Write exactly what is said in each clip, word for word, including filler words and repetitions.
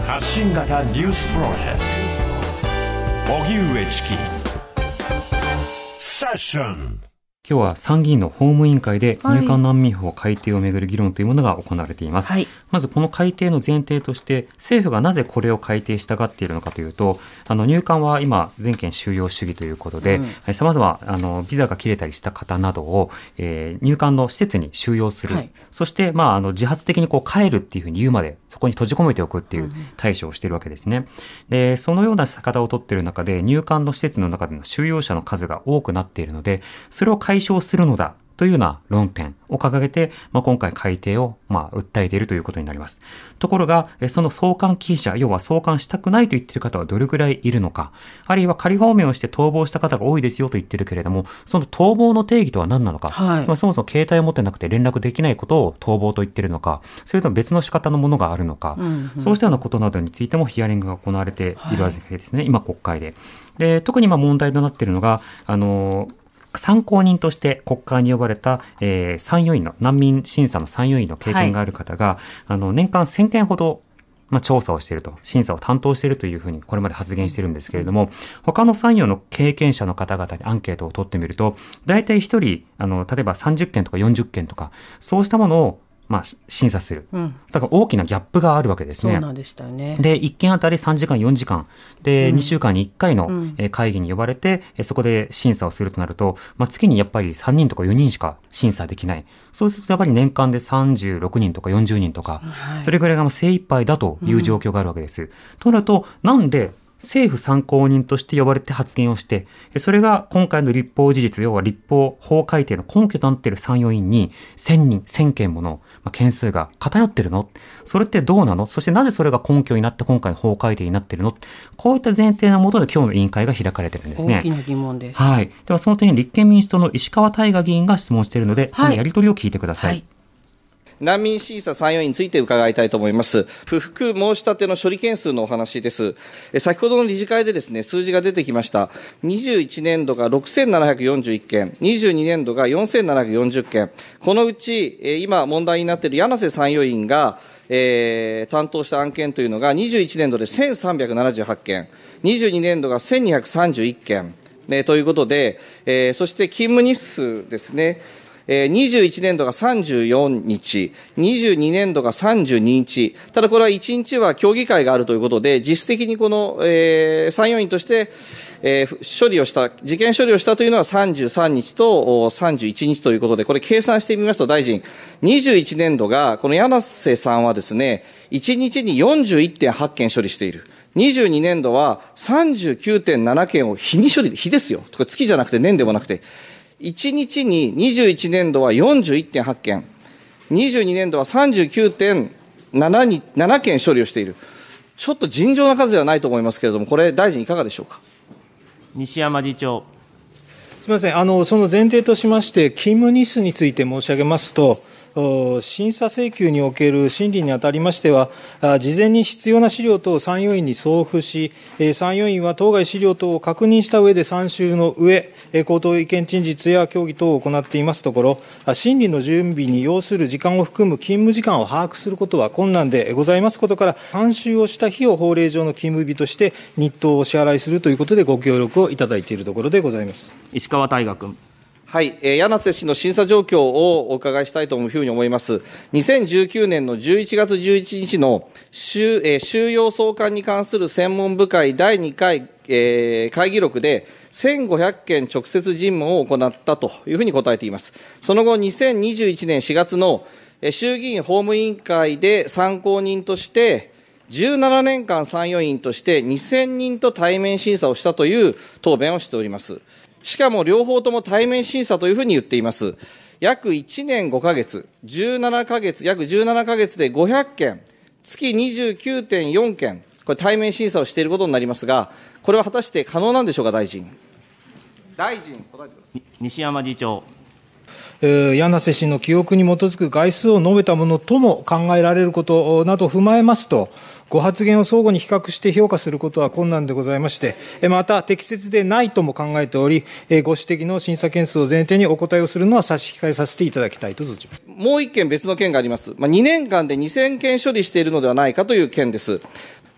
発信型ニュースプロジェクト荻上チキセッション。 今日は参議院の法務委員会で入管難民法改定をめぐる議論というものが行われています、はい、まずこの改定の前提として政府がなぜこれを改定したがっているのかというと、あの入管は今全県収容主義ということで、うん、様々あのビザが切れたりした方などを、えー、入管の施設に収容する、はい、そして、まあ、あの自発的にこう帰るっていうふうに言うまでそこに閉じ込めておくっていう対処をしているわけですね。でそのような仕方を取っている中で入管の施設の中での収容者の数が多くなっているので、それを解消するのだというような論点を掲げて、まあ、今回改定を、まあ、訴えているということになります。ところが、その送還忌避者、要は送還したくないと言っている方はどれくらいいるのか、あるいは仮放免をして逃亡した方が多いですよと言っているけれども、その逃亡の定義とは何なのか、はい、つまりそもそも携帯を持ってなくて連絡できないことを逃亡と言っているのか、それとも別の仕方のものがあるのか、うんうん、そうしたようなことなどについてもヒアリングが行われているわけですね、はい、今国会で。で、特に今問題となっているのが、あの、参考人として国会に呼ばれた、えー、参与員の難民審査の参与員の経験がある方が、はい、あの年間せんけんほど、まあ、調査をしていると、審査を担当しているというふうにこれまで発言しているんですけれども、他の参与の経験者の方々にアンケートを取ってみると、大体一人あの例えばさんじゅっけんとかよんじゅっけんとかそうしたものをまあ、審査する、うん。だから大きなギャップがあるわけですね。 そうなんでしたよね。 で、いっけんあたりさんじかん、よんじかん。で、うん、にしゅうかんにいっかいの会議に呼ばれて、うん、そこで審査をするとなると、まあ、月にやっぱりさんにんとかよにんしか審査できない。そうするとやっぱり年間でさんじゅうろくにんとかよんじゅうにんとか、はい、それぐらいが精一杯だという状況があるわけです。うん、となると、なんで、政府参考人として呼ばれて発言をして、それが今回の立法事実、要は立法法改定の根拠となっている参与員にせんにん、せんけんもの件数が偏ってるの？それってどうなの？そしてなぜそれが根拠になって今回の法改定になっているの？こういった前提のもとで今日の委員会が開かれているんですね。 大きな疑問です。 はい。ではその点に立憲民主党の石川大我議員が質問しているので、そのやり取りを聞いてください。はいはい。 難民審査参与員について伺いたいと思います。不服申し立ての処理件数のお話です。先ほどの理事会でですね、数字が出てきました。にじゅういちねんどがろくせんななひゃくよんじゅういっけん、にじゅうにねんどがよんせんななひゃくよんじゅっけん。このうち、今問題になっている柳瀬参与員が、えー、担当した案件というのがにじゅういちねんどでせんさんびゃくななじゅうはちけん、にじゅうにねんどがせんにひゃくさんじゅういっけん、ね、ということで、えー、そして勤務日数ですね。にじゅういちねんどがさんじゅうよっか、にじゅうにねんどがさんじゅうににち、ただこれはいちにちは協議会があるということで、実質的にこの、えー、参与員として、えー、処理をした、事件処理をしたというのはさんじゅうさんにちとさんじゅういちにちということで、これ計算してみますと大臣、にじゅういちねんどが、この柳瀬さんはですね、いちにちに よんじゅういってんはちけん処理している。にじゅうにねんどは さんじゅうきゅうてんななけんを日に処理、日ですよ。これ月じゃなくて年でもなくて。いちにちににじゅういちねんどは よんじゅういってんはちけん、にじゅうにねんどは さんじゅうきゅうてんななけん処理をしている。ちょっと尋常な数ではないと思いますけれども、これ大臣いかがでしょうか。 西山次長。 すみません。あの、その前提としまして、勤務日数について申し上げますと、審査請求における審理にあたりましては、事前に必要な資料等を参与員に送付し、参与員は当該資料等を確認した上で参集の上、口頭意見陳述や協議等を行っていますところ、審理の準備に要する時間を含む勤務時間を把握することは困難でございますことから、参集をした日を法令上の勤務日として日当をお支払いするということでご協力をいただいているところでございます。 石川大我君。 はい、えー、柳瀬氏の審査状況をお伺いしたいというふうに思います。にせんじゅうきゅうねんのじゅういちがつじゅういちにちの 収,、えー、収容送還に関する専門部会だいにかい、えー、会議録でせんごひゃっけん直接尋問を行ったというふうに答えています。その後、にせんにじゅういちねんしがつの衆議院法務委員会で参考人として、じゅうななねんかん参与員としてにせんにんと対面審査をしたという答弁をしております。しかも両方とも対面審査というふうに言っています。約いちねんごかげつ、じゅうななかげつ、約じゅうななかげつでごひゃっけん、月 にじゅうきゅうてんよんけん、これ対面審査をしていることになりますが、これは果たして可能なんでしょうか、大臣。大臣、答えてください。 西山次長。 えー、柳瀬氏の記憶に基づく概数を述べたものとも考えられることなどを踏まえますと、ご発言を相互に比較して評価することは困難でございまして、また適切でないとも考えており、ご指摘の審査件数を前提にお答えをするのは差し控えさせていただきたいと存じます。 もう一件別の件があります。まあ、にねんかんでにせんけん処理しているのではないかという件です。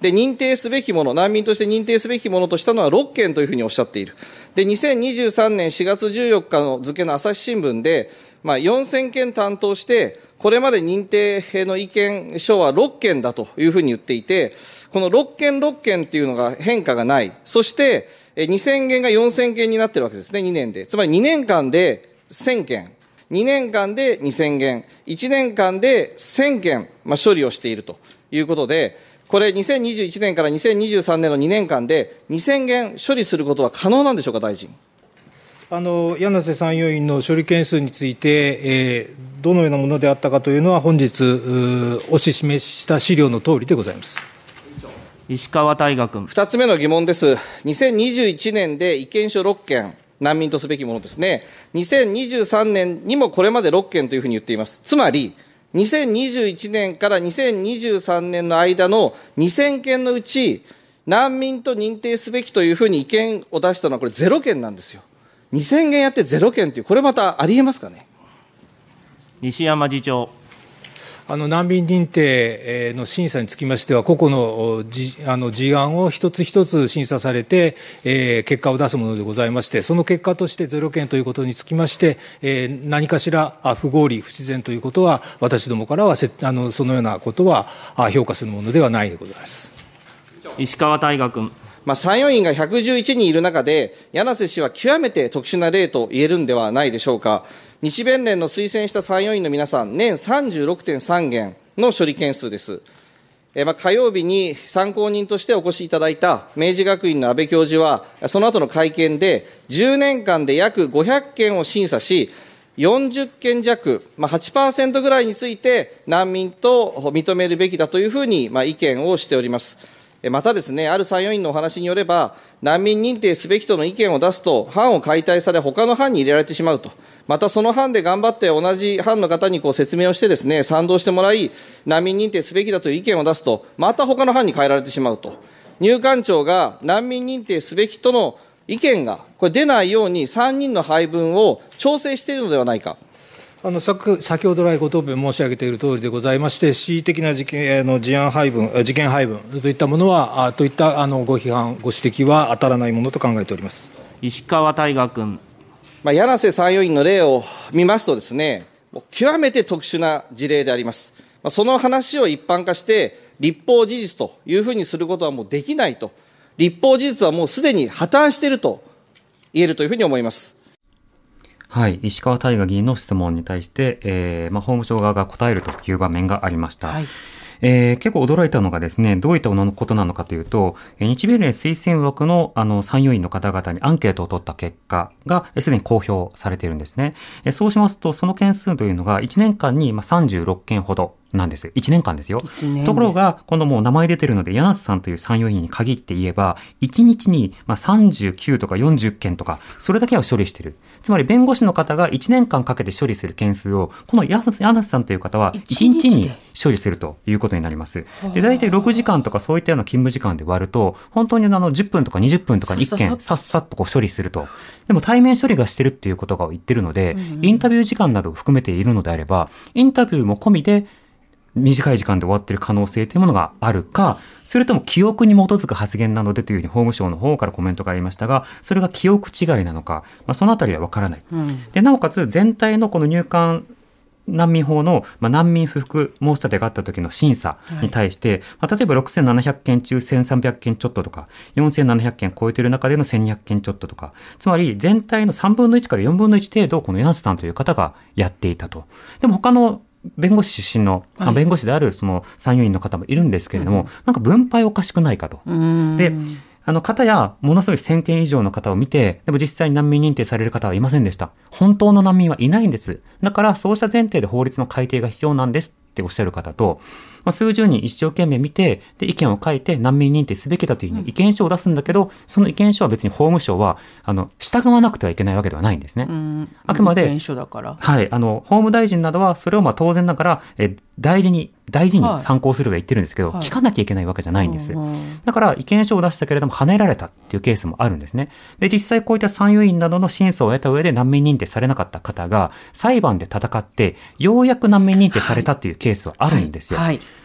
で、認定すべきもの、難民として認定すべきものとしたのはろっけんというふうにおっしゃっている。で、にせんにじゅうさんねんしがつじゅうよっかの付の朝日新聞で、まあ、よんせんけん担当して、これまで認定の意見書はろっけんだというふうに言っていて、このろっけんろっけんっていうのが変化がない。そして、にせんけんがよんせんけんになってるわけですね、にねんで。つまりにねんかんでせんけん。にねんかんでにせんけん。いちねんかんでせんけん、まあ、処理をしているということで、これにせんにじゅういちねんからにせんにじゅうさんねんのにねんかんでにせんけん処理することは可能なんでしょうか、大臣。 あの柳瀬参与員の処理件数について、えー、どのようなものであったかというのは本日お示しした資料の通りでございます。 石川大我君。 二つ目の疑問です。にせんにじゅういちねんで意見書ろっけん、難民とすべきものですね。にせんにじゅうさんねんにもこれまでろっけんというふうに言っています。つまりにせんにじゅういちねんからにせんにじゅうさんねんの間のにせんけんのうち、難民と認定すべきというふうに意見を出したのはこれゼロけんなんですよ。にせんけんやってゼロけんという、これまたありえますかね。 西山次長。 あの難民認定の審査につきましては、個々のじあの事案を一つ一つ審査されて、えー、結果を出すものでございまして、その結果としてゼロけんということにつきまして、えー、何かしら不合理、不自然ということは、私どもからはせあのそのようなことは評価するものではないでございます。 石川大我君。 まあ、参与員がひゃくじゅういちにんいる中で、柳瀬氏は極めて特殊な例と言えるんではないでしょうか。日弁連の推薦した参与員の皆さん、年 さんじゅうろくてんさんけんの処理件数です。えまあ、火曜日に参考人としてお越しいただいた明治学院の安倍教授は、その後の会見で、じゅうねんかんで約ごひゃっけんを審査し、よんじゅっけんじゃく、まあ、はちパーセント ぐらいについて難民と認めるべきだというふうに、まあ、意見をしております。またですね、ある参与員のお話によれば、難民認定すべきとの意見を出すと、班を解体され、他の班に入れられてしまうと。またその班で頑張って同じ班の方にこう説明をしてですね、賛同してもらい、難民認定すべきだという意見を出すと、また他の班に変えられてしまうと。入管庁が難民認定すべきとの意見がこれ出ないようにさんにんの配分を調整しているのではないか。 あの先ほど来ご答弁申し上げているとおりでございまして、恣意的な事件の事案配分、事件配分といったものは、といったあのご批判、ご指摘は当たらないものと考えております。 石川大我君。 まあ、柳瀬参与員の例を見ますとですね、極めて特殊な事例であります。まあ、その話を一般化して、立法事実というふうにすることはもうできないと。立法事実はもうすでに破綻していると言えるというふうに思います。 はい、石川大我議員の質問に対して、えーまあ、法務省側が答えるという場面がありました。はい、えー、結構驚いたのがですね、どういったことなのかというと、日米連推薦枠のあの参与員の方々にアンケートを取った結果がすでに公表されているんですね。えそうしますと、その件数というのがいちねんかんにさんじゅうろっけんほどなんです。いちねんかんですよ。ところが、今度もう名前出てるので、柳瀬さんという参与員に限って言えば、いちにちにさんじゅうきゅうとかよんじゅっけんとか、それだけは処理している。つまり、弁護士の方がいちねんかんかけて処理する件数を、この柳瀬さんという方はいちにちに処理するということになります。で、大体ろくじかんとかそういったような勤務時間で割ると、本当にあのじゅっぷんとかにじゅっぷんとかいっけんさっさっとこう処理すると。でも対面処理がしてるっていうことが言ってるので、インタビュー時間などを含めているのであれば、インタビューも込みで、短い時間で終わっている可能性というものがあるか、それとも記憶に基づく発言なのでというふうに法務省の方からコメントがありましたが、それが記憶違いなのか、まあ、そのあたりはわからない、うん、でなおかつ全体のこの入管難民法の、まあ、難民不服申し立てがあった時の審査に対して、はいまあ、例えばろくせんななひゃっけん中せんさんびゃっけんちょっととかよんせんななひゃっけん超えている中でのせんにひゃっけんちょっととか、つまり全体のさんぶんのいちからよんぶんのいち程度をこの柳瀬さんという方がやっていたと。でも他の弁護士出身の、はい、弁護士であるその参与員の方もいるんですけれども、うん、なんか分配おかしくないかと。で、あの方やものすごいせんけん以上の方を見て、でも実際に難民認定される方はいませんでした。本当の難民はいないんです。だからそうした前提で法律の改定が必要なんですっておっしゃる方と、まあ、数十人一生懸命見て、で意見を書いて難民認定すべきだという、ね、意見書を出すんだけど、その意見書は別に法務省はあの従わなくてはいけないわけではないんですね。うんあくまで、 意見書だから。 はい、あの法務大臣などはそれをまあ当然ながらえ大事に大事に参考するとは言ってるんですけど、はい、聞かなきゃいけないわけじゃないんです。はい、だから意見書を出したけれども跳ねられたっていうケースもあるんですね。で実際こういった参与員などの審査を得た上で難民認定されなかった方が裁判で戦ってようやく難民認定されたっていうケースはあるんですよ。はいはい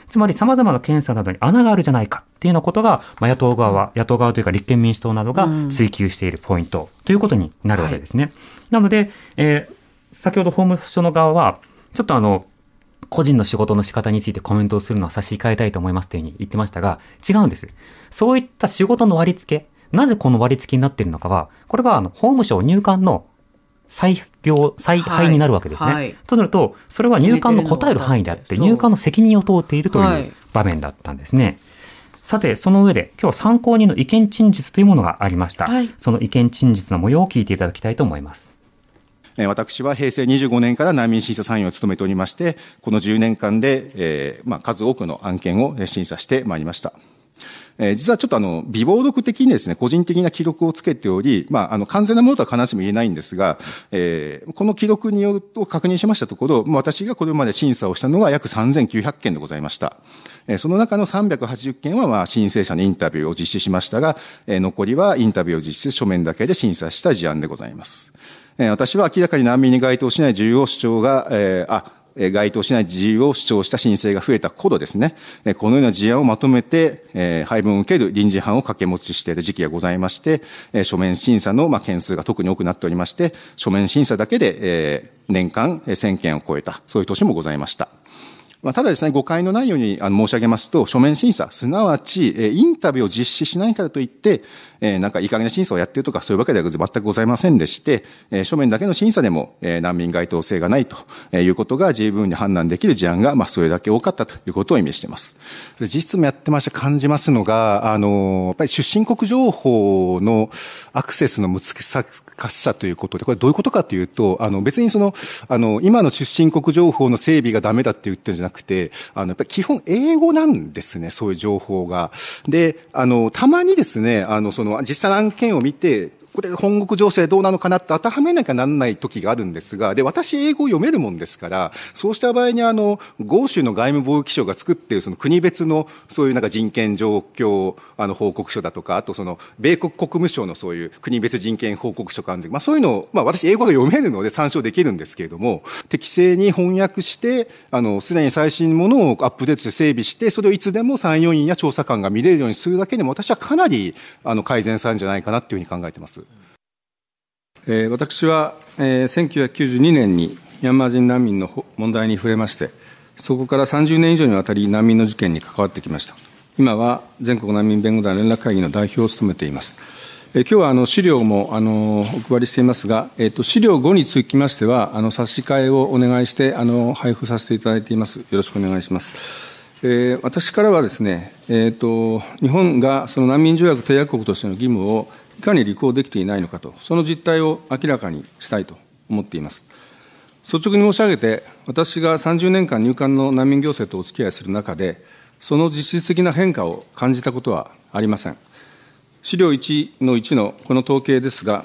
つまり様々な検査などに穴があるじゃないかっていうようなことが、まあ、野党側は、野党側というか立憲民主党などが追及しているポイントということになるわけですね。はい、なので、えー、先ほど法務省の側は、ちょっとあの、個人の仕事の仕方についてコメントをするのは差し控えたいと思いますというふうに言ってましたが、違うんです。そういった仕事の割り付け、なぜこの割り付けになっているのかは、これはあの法務省入管の裁量、采配になるわけですね。はいはい、となると、それは入管の答える範囲であって、入管の責任を問うているという場面だったんですね。はい、さて、その上で、今日は参考人の意見陳述というものがありました。はい、その意見陳述の模様を聞いていただきたいと思います。 私は平成にじゅうごねんから難民審査参与を務めておりまして、このじゅうねんかんで、えーまあ、数多くの案件を審査してまいりました。えー、実はちょっとあの、微暴録的にですね、個人的な記録をつけており、まあ、あの、完全なものとは必ずしも言えないんですが、えー、この記録によると確認しましたところ、私がこれまで審査をしたのが約さんぜんきゅうひゃくけんでございました。その中のさんびゃくはちじゅっけんは、まあ、申請者にインタビューを実施しましたが、残りはインタビューを実施せず書面だけで審査した事案でございます。私は明らかに難民に該当しない自由を主張が、えー、あ、該当しない自由を主張した申請が増えた頃ですね、このような事案をまとめて、えー、配分を受ける臨時班を掛け持ちしている時期がございまして、書面審査の、まあ、件数が特に多くなっておりまして、書面審査だけで、えー、年間せんけんを超えた、そういう年もございました。まあ、ただですね、誤解のないようにあの申し上げますと、書面審査、すなわち、えインタビューを実施しないからといって、えー、なんかいい加減な審査をやっているとか、そういうわけでは全くございませんでして、えー、書面だけの審査でも、えー、難民該当性がないということが十分に判断できる事案が、まあ、それだけ多かったということを意味しています。実質もやってまして感じますのが、あの、やっぱり出身国情報のアクセスの難しさということで、これどういうことかというと、あの、別にその、あの、今の出身国情報の整備がダメだって言ってるんじゃなくて、あの、やっぱり基本英語なんですね、そういう情報が。で、あの、たまにですね、あの、その、実際の案件を見て、これ本国情勢どうなのかなって当てはめなきゃならない時があるんですが、で、私英語を読めるもんですから、そうした場合にあの、豪州の外務貿易省が作っているその国別のそういうなんか人権状況、あの、報告書だとか、あとその、米国国務省のそういう国別人権報告書があるんで、まあそういうのを、まあ私英語が読めるので参照できるんですけれども、適正に翻訳して、あの、すでに最新のものをアップデートして整備して、それをいつでも参与員や調査官が見れるようにするだけでも、私はかなり、あの、改善されるんじゃないかなというふうに考えています。 えー、私は、えー、せんきゅうひゃくきゅうじゅうにねんにミャンマー人難民の問題に触れまして、そこからさんじゅうねん以上にわたり難民の事件に関わってきました。今は全国難民弁護団連絡会議の代表を務めています。えー、今日はあの資料もあのお配りしていますが、えー、と資料ごにつきましては、あの差し替えをお願いしてあの配布させていただいています。よろしくお願いします。えー、私からはですね、えー、と日本がその難民条約締約国としての義務をいかに履行できていないのかと、その実態を明らかにしたいと思っています。率直に申し上げて、私がさんじゅうねんかん入管の難民行政とお付き合いする中で、その実質的な変化を感じたことはありません。資料いちのいちのこの統計ですが、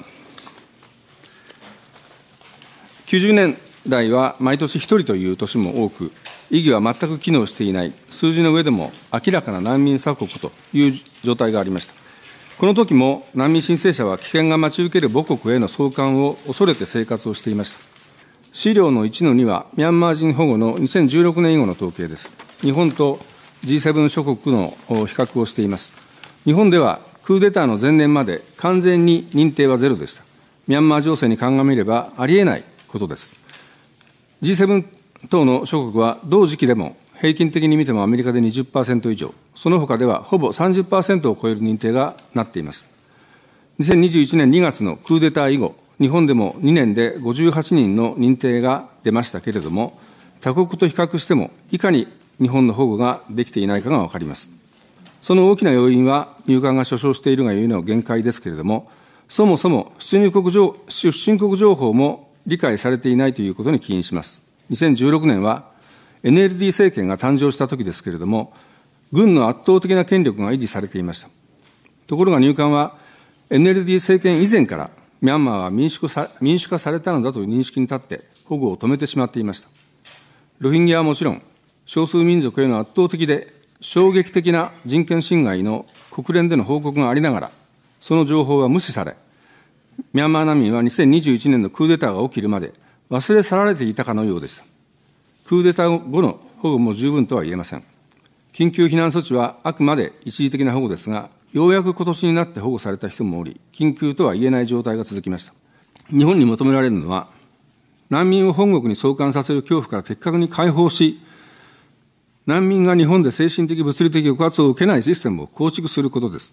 きゅうじゅうねんだいは毎年ひとりという年も多く、意義は全く機能していない、数字の上でも明らかな難民鎖国という状態がありました。この時も難民申請者は危険が待ち受ける母国への送還を恐れて生活をしていました。資料のいちのには、ミャンマー人保護のにせんじゅうろくねん以後の統計です。日本と ジーセブン 諸国の比較をしています。日本ではクーデターの前年まで完全に認定はゼロでした。ミャンマー情勢に鑑みればありえないことです。ジーセブン 等の諸国は同時期でも平均的に見てもアメリカで にじゅっパーセント 以上、その他ではほぼ さんじゅっパーセント を超える認定がなっています。にせんにじゅういちねんにがつのクーデター以後、日本でもにねんでごじゅうはちにんの認定が出ましたけれども、他国と比較しても、いかに日本の保護ができていないかが分かります。その大きな要因は、入管が所掌しているがゆえの限界ですけれども、そもそも出入国情出身国情報も理解されていないということに起因します。にせんじゅうろくねんは、エヌエルディー 政権が誕生したときですけれども、軍の圧倒的な権力が維持されていました。ところが入管は、エヌエルディー 政権以前から、ミャンマーは民主化さ、民主化されたのだという認識に立って、保護を止めてしまっていました。ロヒンギャはもちろん、少数民族への圧倒的で衝撃的な人権侵害の国連での報告がありながら、その情報は無視され、ミャンマー難民はにせんにじゅういちねんのクーデターが起きるまで忘れ去られていたかのようでした。クーデター後の保護も十分とは言えません。 緊急避難措置はあくまで一時的な保護ですが、ようやく今年になって保護された人もおり、緊急とは言えない状態が続きました。日本に求められるのは、難民を本国に送還させる恐怖から的確に解放し、難民が日本で精神的、物理的抑圧を受けないシステムを構築することです。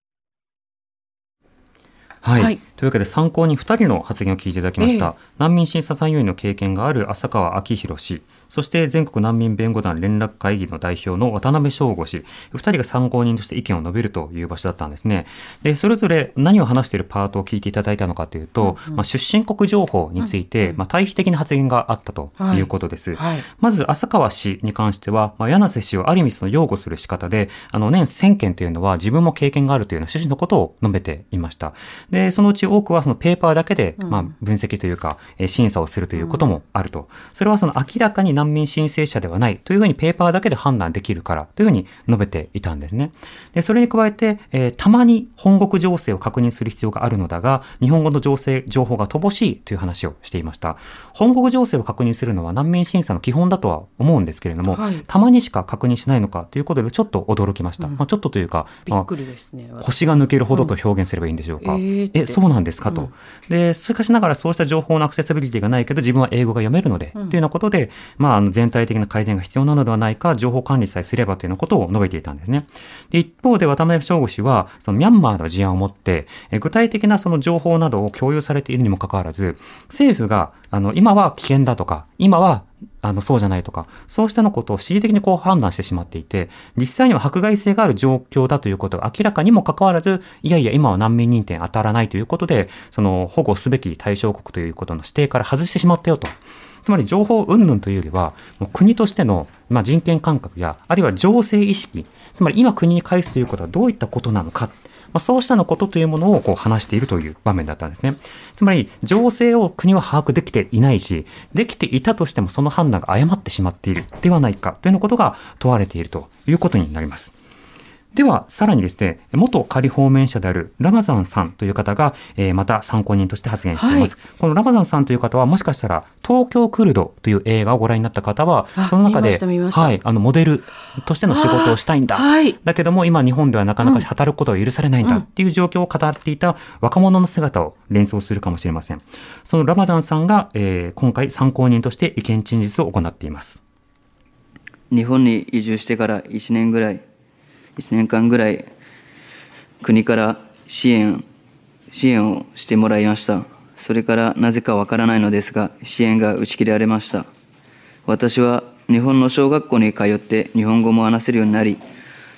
はい、はい、というわけで参考にふたりの発言を聞いていただきました。えー、難民審査参与員の経験がある浅川明弘氏、そして全国難民弁護団連絡会議の代表の渡辺翔吾氏、ふたりが参考人として意見を述べるという場所だったんですね。で、それぞれ何を話しているパートを聞いていただいたのかというと、うんうん、まあ、出身国情報について、うんうん、まあ、対比的な発言があったということです。はいはい、まず浅川氏に関しては、まあ、柳瀬氏をある意味その擁護する仕方で、あの年せんけんというのは自分も経験があるというような趣旨のことを述べていました。で、そのうち多くはそのペーパーだけで、まあ、分析というか、うん、審査をするということもあると。それはその明らかに難民申請者ではないというふうにペーパーだけで判断できるからというふうに述べていたんですね。で、それに加えて、えー、たまに本国情勢を確認する必要があるのだが、日本語の情勢、情報が乏しいという話をしていました。本国情勢を確認するのは難民審査の基本だとは思うんですけれども、はい、たまにしか確認しないのかということでちょっと驚きました。うん、まあ、ちょっとというか、 びっくりですね。 まあ、腰が抜けるほどと表現すればいいんでしょうか。うん、えー、え、そうなんですかと。うん、で、しかしながらそうした情報のアクセサビリティがないけど自分は英語が読めるので、うん、というようなことで、まあ、あの全体的な改善が必要なのではないか、情報管理さえすればというようなことを述べていたんですね。で、一方で渡辺翔吾氏は、そのミャンマーの事案をもって、え具体的なその情報などを共有されているにもかかわらず、政府が、あの、今は危険だとか、今は、あの、そうじゃないとか、そうしたのことを恣意的にこう判断してしまっていて、実際には迫害性がある状況だということが明らかにもかかわらず、いやいや今は難民認定に当たらないということで、その保護すべき対象国ということの指定から外してしまったよと。つまり情報云々というよりは、もう国としての、まあ、人権感覚や、あるいは情勢意識、つまり今国に返すということはどういったことなのか。まあ、そうしたのことというものをこう話しているという場面だったんですね。つまり情勢を国は把握できていないし、できていたとしてもその判断が誤ってしまっているではないかというようなことが問われているということになります。では、さらにですね、元仮放免者であるラマザンさんという方が、えー、また参考人として発言しています。はい、このラマザンさんという方は、もしかしたら、東京クルドという映画をご覧になった方は、その中で、はい、あの、モデルとしての仕事をしたいんだ。はい、だけども、今日本ではなかなか働くことが許されないんだっていう状況を語っていた若者の姿を連想するかもしれません。そのラマザンさんが、えー、今回参考人として意見陳述を行っています。 日本に移住してからいちねんぐらい、いちねんかんぐらい国から支援、支援をしてもらいました。それからなぜかわからないのですが、支援が打ち切られました。私は日本の小学校に通って日本語も話せるようになり、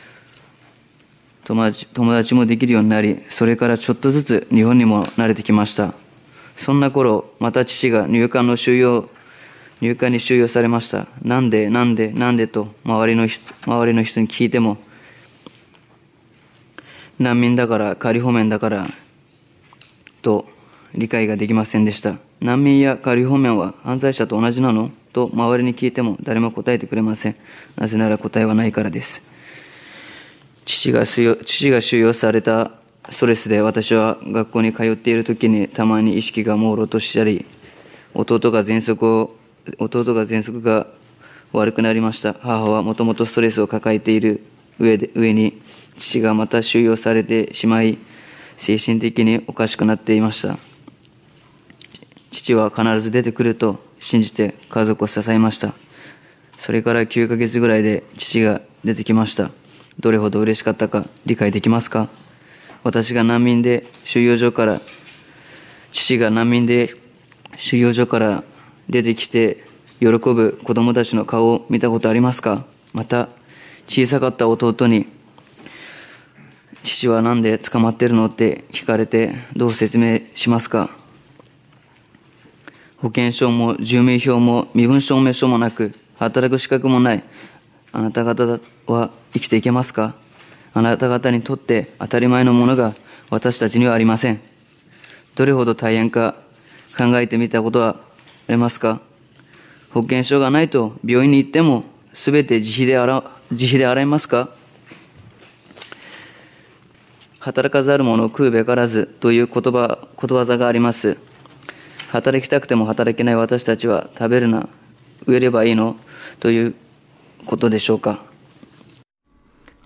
友達、友達もできるようになり、それからちょっとずつ日本にも慣れてきました。そんな頃、また父が入管の収容、入管に収容されました。なんで、なんで、なんでと周りの人、周りの人に聞いても、難民だから仮放免だからと理解ができませんでした。難民や仮放免は犯罪者と同じなのと周りに聞いても誰も答えてくれません。なぜなら答えはないからです。父が収容、父が収容されたストレスで私は学校に通っている時にたまに意識が朦朧としたり、弟が喘息を弟が喘息が悪くなりました。母はもともとストレスを抱えている上で上に父がまた収容されてしまい、精神的におかしくなっていました。父は必ず出てくると信じて家族を支えました。それからきゅうかげつぐらいで父が出てきました。どれほど嬉しかったか理解できますか？私が難民で収容所から、父が難民で収容所から出てきて喜ぶ子供たちの顔を見たことありますか？また、小さかった弟に、父はなんで捕まってるのって聞かれてどう説明しますか？保険証も住民票も身分証明書もなく、働く資格もないあなた方は生きていけますか？あなた方にとって当たり前のものが私たちにはありません。どれほど大変か考えてみたことはありますか？保険証がないと病院に行ってもすべて自費で洗う、自費で洗いますか？働かざる者食うべからずという言葉、ことわざがあります。働きたくても働けない私たちは食べるな、植えればいいのということでしょうか。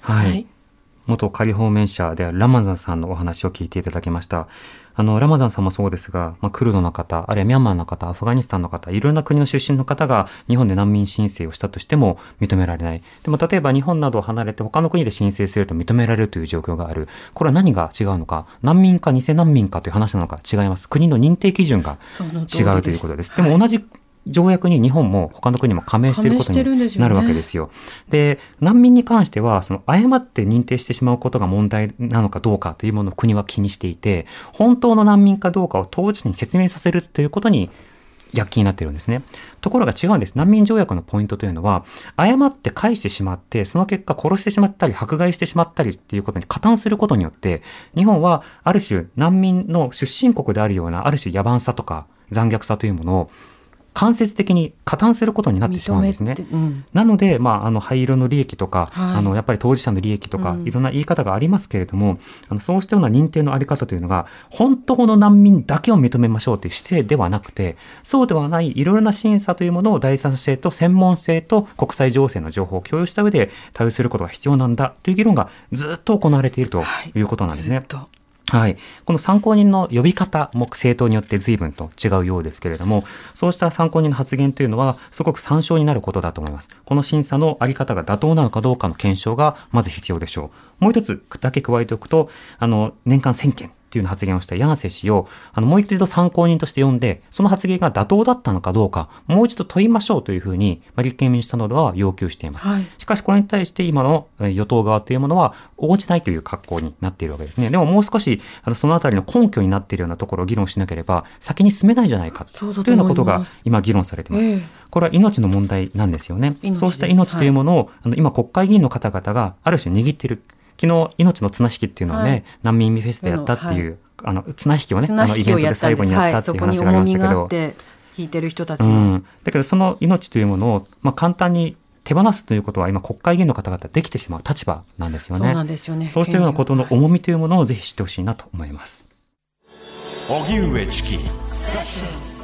はい、はい、元仮放免者であるラマザンさんのお話を聞いていただきました。あのラマザンさんもそうですが、まあ、クルドの方、あるいはミャンマーの方、アフガニスタンの方、いろんな国の出身の方が日本で難民申請をしたとしても認められない。でも例えば日本などを離れて他の国で申請すると認められるという状況がある。これは何が違うのか、難民か偽難民かという話なのか違います。国の認定基準が違うということです。でも同じ条約に日本も他の国も加盟していることになるわけですよ。で、難民に関しては、その誤って認定してしまうことが問題なのかどうかというものを国は気にしていて、本当の難民かどうかを当事者に説明させるということに躍起になっているんですね。ところが違うんです。難民条約のポイントというのは、誤って返してしまって、その結果殺してしまったり、迫害してしまったりっていうことに加担することによって、日本はある種難民の出身国であるような、ある種野蛮さとか残虐さというものを間接的に加担することになってしまうんですね。うん、なので、まあ、あの、灰色の利益とか、はい、あの、やっぱり当事者の利益とか、うん、いろんな言い方がありますけれども、あの、そうしたような認定のあり方というのが、本当の難民だけを認めましょうという姿勢ではなくて、そうではないいろいろな審査というものを第三者性と専門性と国際情勢の情報を共有した上で対応することが必要なんだという議論がずっと行われているということなんですね。はい、ずっとはい。この参考人の呼び方も政党によって随分と違うようですけれども、そうした参考人の発言というのはすごく参照になることだと思います。この審査のあり方が妥当なのかどうかの検証がまず必要でしょう。もう一つだけ加えておくと、あの、年間せんけんという発言をした柳瀬氏を、あの、もう一度参考人として呼んで、その発言が妥当だったのかどうか、もう一度問いましょうというふうに、立憲民主党などは要求しています。はい、しかし、これに対して今の与党側というものは応じないという格好になっているわけですね。でももう少し、あの、そのあたりの根拠になっているようなところを議論しなければ、先に進めないじゃないか、というようなことが今議論されています。えー、これは命の問題なんですよね。そうした命というものを、はい、あの今国会議員の方々がある種握っている。昨日、命の綱引きっていうのをね、はい、難民フェスでやったっていう、はい、あの、綱引きをね、あの、イベントで最後にやったっていう話がありましたけど。 引いてる人たちの、 うん。だけど、その命というものを、まあ、簡単に手放すということは、今、国会議員の方々できてしまう立場なんですよね。 そうなんですよね。 そうしたようなことの重みというものをぜひ知ってほしいなと思います。 荻上チキ